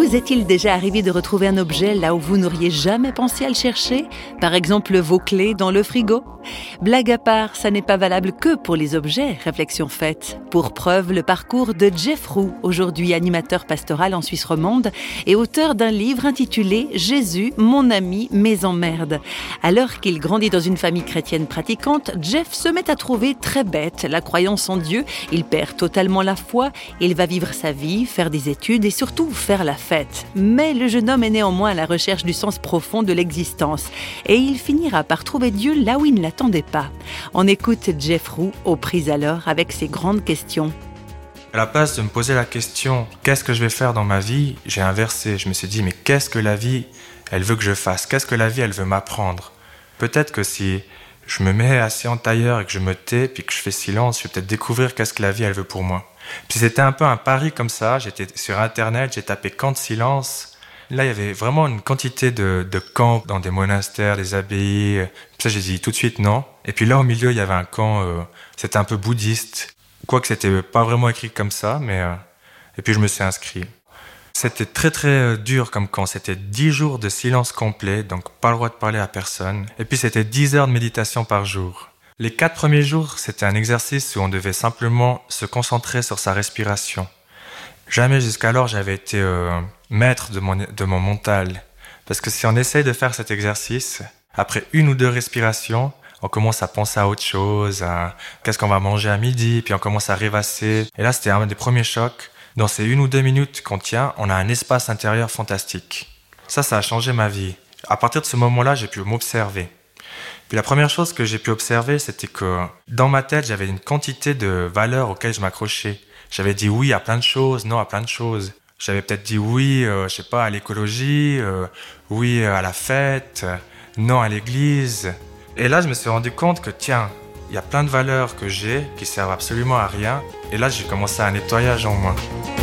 Vous est-il déjà arrivé de retrouver un objet là où vous n'auriez jamais pensé à le chercher ? Par exemple, vos clés dans le frigo ? Blague à part, ça n'est pas valable que pour les objets, réflexion faite. Pour preuve, le parcours de Jeff Roux, aujourd'hui animateur pastoral en Suisse romande et auteur d'un livre intitulé « Jésus, mon ami, mais en merde ». Alors qu'il grandit dans une famille chrétienne pratiquante, Jeff se met à trouver très bête la croyance en Dieu. Il perd totalement la foi, il va vivre sa vie, faire des études et surtout faire la fête. Mais le jeune homme est néanmoins à la recherche du sens profond de l'existence et il finira par trouver Dieu là où il ne l'attendait pas. On écoute Jeff Roux aux prises alors avec ses grandes questions. À la place de me poser la question « Qu'est-ce que je vais faire dans ma vie ?», j'ai inversé. Je me suis dit « Mais qu'est-ce que la vie, elle veut que je fasse ? Qu'est-ce que la vie, elle veut m'apprendre ?» Peut-être que si je me mets assis en tailleur et que je me tais puis que je fais silence, je vais peut-être découvrir qu'est-ce que la vie, elle veut pour moi. Puis c'était un peu un pari comme ça. J'étais sur Internet, j'ai tapé « camp de silence ». Là, il y avait vraiment une quantité de camps dans des monastères, des abbayes. Puis ça, j'ai dit tout de suite non. Et puis là, au milieu, il y avait un camp, c'était un peu bouddhiste. Quoique c'était pas vraiment écrit comme ça, mais... Et puis je me suis inscrit. C'était très très dur comme camp. C'était 10 jours de silence complet, donc pas le droit de parler à personne. Et puis c'était 10 heures de méditation par jour. Les 4 premiers jours, c'était un exercice où on devait simplement se concentrer sur sa respiration. Jamais jusqu'alors j'avais été maître de mon mental. Parce que si on essaye de faire cet exercice, après 1 ou 2 respirations, on commence à penser à autre chose, à qu'est-ce qu'on va manger à midi, puis on commence à rêvasser. Et là, c'était un des premiers chocs. Dans ces 1 ou 2 minutes qu'on tient, on a un espace intérieur fantastique. Ça a changé ma vie. À partir de ce moment-là, j'ai pu m'observer. Puis la première chose que j'ai pu observer, c'était que dans ma tête, j'avais une quantité de valeurs auxquelles je m'accrochais. J'avais dit oui à plein de choses, non à plein de choses. J'avais peut-être dit oui, à l'écologie, oui à la fête, non à l'église. Et là, je me suis rendu compte que tiens, il y a plein de valeurs que j'ai qui servent absolument à rien. Et là, j'ai commencé un nettoyage en moi.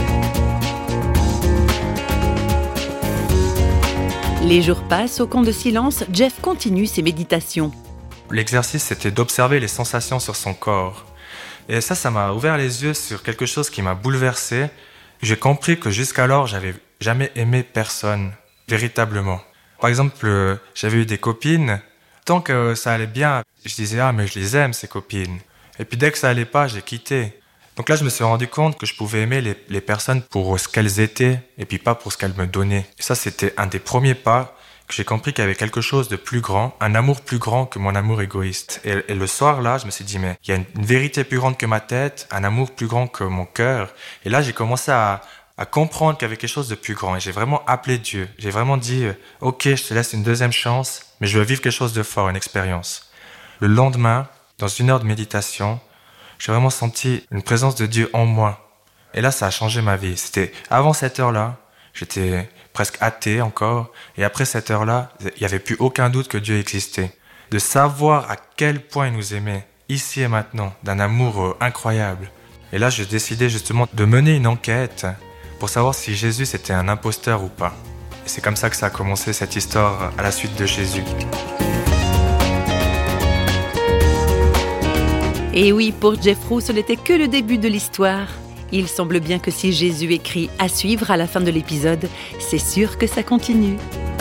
Les jours passent, au camp de silence, Jeff continue ses méditations. L'exercice, c'était d'observer les sensations sur son corps. Et ça m'a ouvert les yeux sur quelque chose qui m'a bouleversé. J'ai compris que jusqu'alors, j'avais jamais aimé personne, véritablement. Par exemple, j'avais eu des copines. Tant que ça allait bien, je disais « Ah, mais je les aime, ces copines ». Et puis dès que ça allait pas, j'ai quitté. Donc là, je me suis rendu compte que je pouvais aimer les personnes pour ce qu'elles étaient et puis pas pour ce qu'elles me donnaient. Et ça, c'était un des premiers pas que j'ai compris qu'il y avait quelque chose de plus grand, un amour plus grand que mon amour égoïste. Et le soir, là, je me suis dit, mais il y a une vérité plus grande que ma tête, un amour plus grand que mon cœur. Et là, j'ai commencé à comprendre qu'il y avait quelque chose de plus grand. Et j'ai vraiment appelé Dieu. J'ai vraiment dit, ok, je te laisse une deuxième chance, mais je veux vivre quelque chose de fort, une expérience. Le lendemain, dans 1 heure de méditation, j'ai vraiment senti une présence de Dieu en moi. Et là, ça a changé ma vie. C'était avant cette heure-là, j'étais presque athée encore. Et après cette heure-là, il n'y avait plus aucun doute que Dieu existait. De savoir à quel point il nous aimait, ici et maintenant, d'un amour incroyable. Et là, j'ai décidé justement de mener une enquête pour savoir si Jésus c'était un imposteur ou pas. Et c'est comme ça que ça a commencé, cette histoire à la suite de Jésus. Et oui, pour Jeff Roux, ce n'était que le début de l'histoire. Il semble bien que si Jésus écrit « à suivre » à la fin de l'épisode, c'est sûr que ça continue.